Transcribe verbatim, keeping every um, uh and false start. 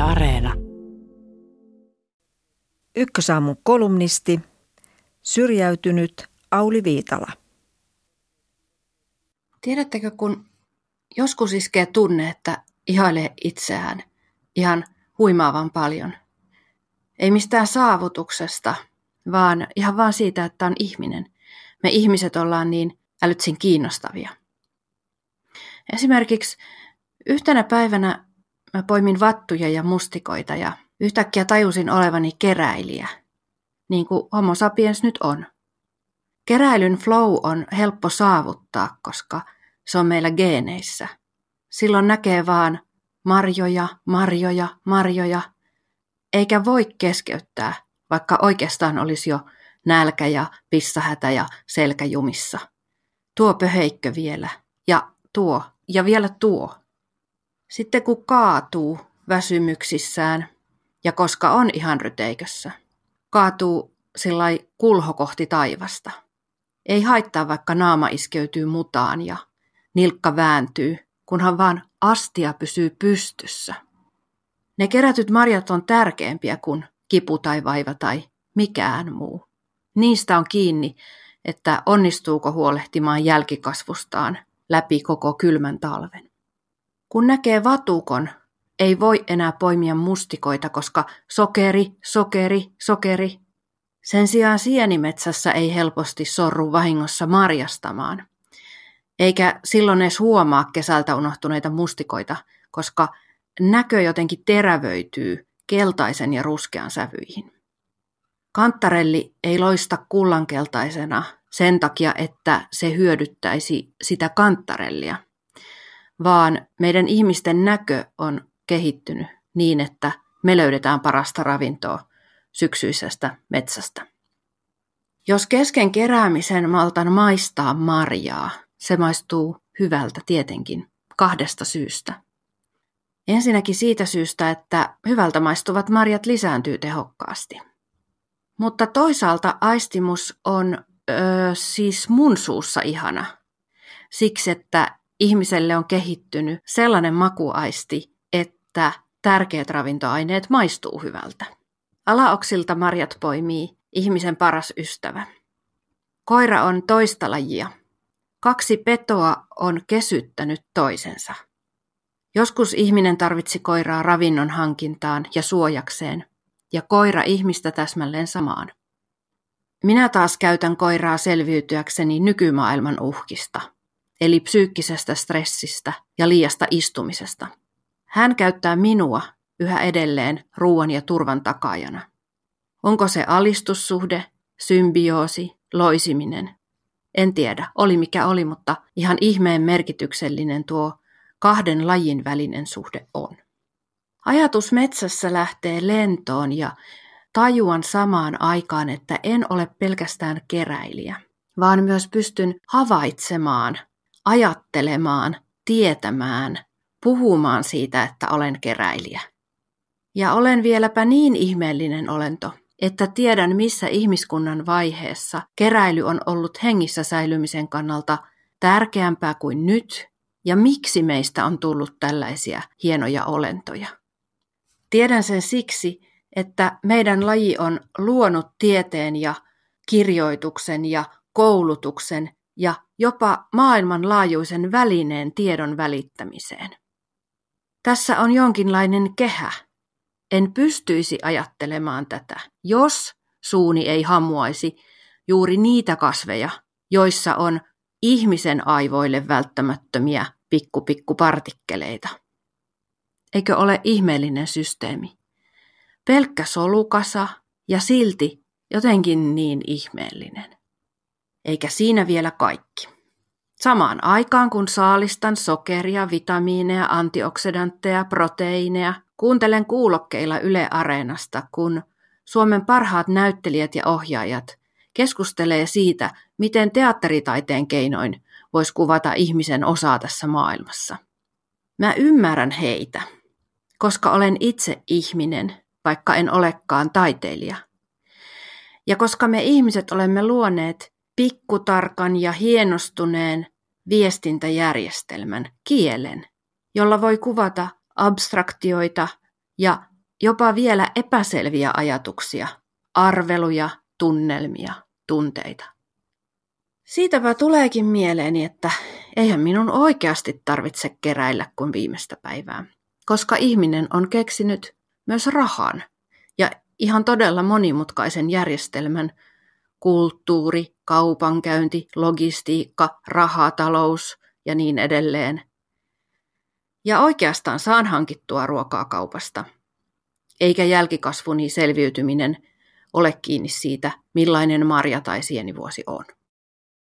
Areena. Ykkösaamun kolumnisti, syrjäytynyt Auli Viitala. Tiedättekö, kun joskus iskee tunne, että ihailee itseään ihan huimaavan paljon. Ei mistään saavutuksesta, vaan ihan vaan siitä, että on ihminen. Me ihmiset ollaan niin älytsin kiinnostavia. Esimerkiksi yhtenä päivänä mä poimin vattuja ja mustikoita ja yhtäkkiä tajusin olevani keräilijä, niin kuin homo sapiens nyt on. Keräilyn flow on helppo saavuttaa, koska se on meillä geeneissä. Silloin näkee vaan marjoja, marjoja, marjoja, eikä voi keskeyttää, vaikka oikeastaan olisi jo nälkä ja pissahätä ja selkäjumissa. Tuo pöheikkö vielä, ja tuo, ja vielä tuo. Sitten kun kaatuu väsymyksissään, ja koska on ihan ryteikössä, kaatuu sillai kulho kohti taivasta. Ei haittaa, vaikka naama iskeytyy mutaan ja nilkka vääntyy, kunhan vaan astia pysyy pystyssä. Ne kerätyt marjat on tärkeämpiä kuin kipu tai vaiva tai mikään muu. Niistä on kiinni, että onnistuuko huolehtimaan jälkikasvustaan läpi koko kylmän talven. Kun näkee vatukon, ei voi enää poimia mustikoita, koska sokeri, sokeri, sokeri. Sen sijaan sienimetsässä ei helposti sorru vahingossa marjastamaan. Eikä silloin edes huomaa kesältä unohtuneita mustikoita, koska näkö jotenkin terävöityy keltaisen ja ruskean sävyihin. Kanttarelli ei loista kullankeltaisena sen takia, että se hyödyttäisi sitä kanttarellia, vaan meidän ihmisten näkö on kehittynyt niin, että me löydetään parasta ravintoa syksyisestä metsästä. Jos kesken keräämisen maltan maistaa marjaa, se maistuu hyvältä tietenkin kahdesta syystä. Ensinnäkin siitä syystä, että hyvältä maistuvat marjat lisääntyy tehokkaasti. Mutta toisaalta aistimus on öö, siis mun suussa ihana. Siksi, että ihmiselle on kehittynyt sellainen makuaisti, että tärkeät ravintoaineet maistuu hyvältä. Alaoksilta marjat poimii ihmisen paras ystävä. Koira on toista lajia. Kaksi petoa on kesyttänyt toisensa. Joskus ihminen tarvitsi koiraa ravinnon hankintaan ja suojakseen, ja koira ihmistä täsmälleen samaan. Minä taas käytän koiraa selviytyäkseni nykymaailman uhkista, eli psyykkisestä stressistä ja liiasta istumisesta. Hän käyttää minua yhä edelleen ruoan ja turvan takaajana. Onko se alistussuhde, symbioosi, loisiminen? En tiedä, oli mikä oli, mutta ihan ihmeen merkityksellinen tuo kahden lajin välinen suhde on. Ajatus metsässä lähtee lentoon ja tajuan samaan aikaan, että en ole pelkästään keräilijä, vaan myös pystyn havaitsemaan, ajattelemaan, tietämään, puhumaan siitä, että olen keräilijä. Ja olen vieläpä niin ihmeellinen olento, että tiedän missä ihmiskunnan vaiheessa keräily on ollut hengissä säilymisen kannalta tärkeämpää kuin nyt ja miksi meistä on tullut tällaisia hienoja olentoja. Tiedän sen siksi, että meidän laji on luonut tieteen ja kirjoituksen ja koulutuksen ja jopa maailmanlaajuisen välineen tiedon välittämiseen. Tässä on jonkinlainen kehä. En pystyisi ajattelemaan tätä, jos suuni ei hamuaisi juuri niitä kasveja, joissa on ihmisen aivoille välttämättömiä pikku-pikku-partikkeleita. Eikö ole ihmeellinen systeemi? Pelkkä solukasa ja silti jotenkin niin ihmeellinen. Eikä siinä vielä kaikki. Samaan aikaan kun saalistan sokeria, vitamiineja, antioksidantteja, proteiineja, kuuntelen kuulokkeilla Yle Areenasta, kun Suomen parhaat näyttelijät ja ohjaajat keskustelee siitä, miten teatteritaiteen keinoin voisi kuvata ihmisen osaa tässä maailmassa. Mä ymmärrän heitä, koska olen itse ihminen, vaikka en olekaan taiteilija. Ja koska me ihmiset olemme luoneet pikkutarkan ja hienostuneen viestintäjärjestelmän, kielen, jolla voi kuvata abstraktioita ja jopa vielä epäselviä ajatuksia, arveluja, tunnelmia, tunteita. Siitäpä tuleekin mieleeni, että eihän minun oikeasti tarvitse keräillä kuin viimeistä päivää, koska ihminen on keksinyt myös rahan ja ihan todella monimutkaisen järjestelmän: kulttuuri, kaupankäynti, logistiikka, rahatalous ja niin edelleen. Ja oikeastaan saan hankittua ruokaa kaupasta, eikä jälkikasvuni selviytyminen ole kiinni siitä, millainen marja- tai sienivuosi on.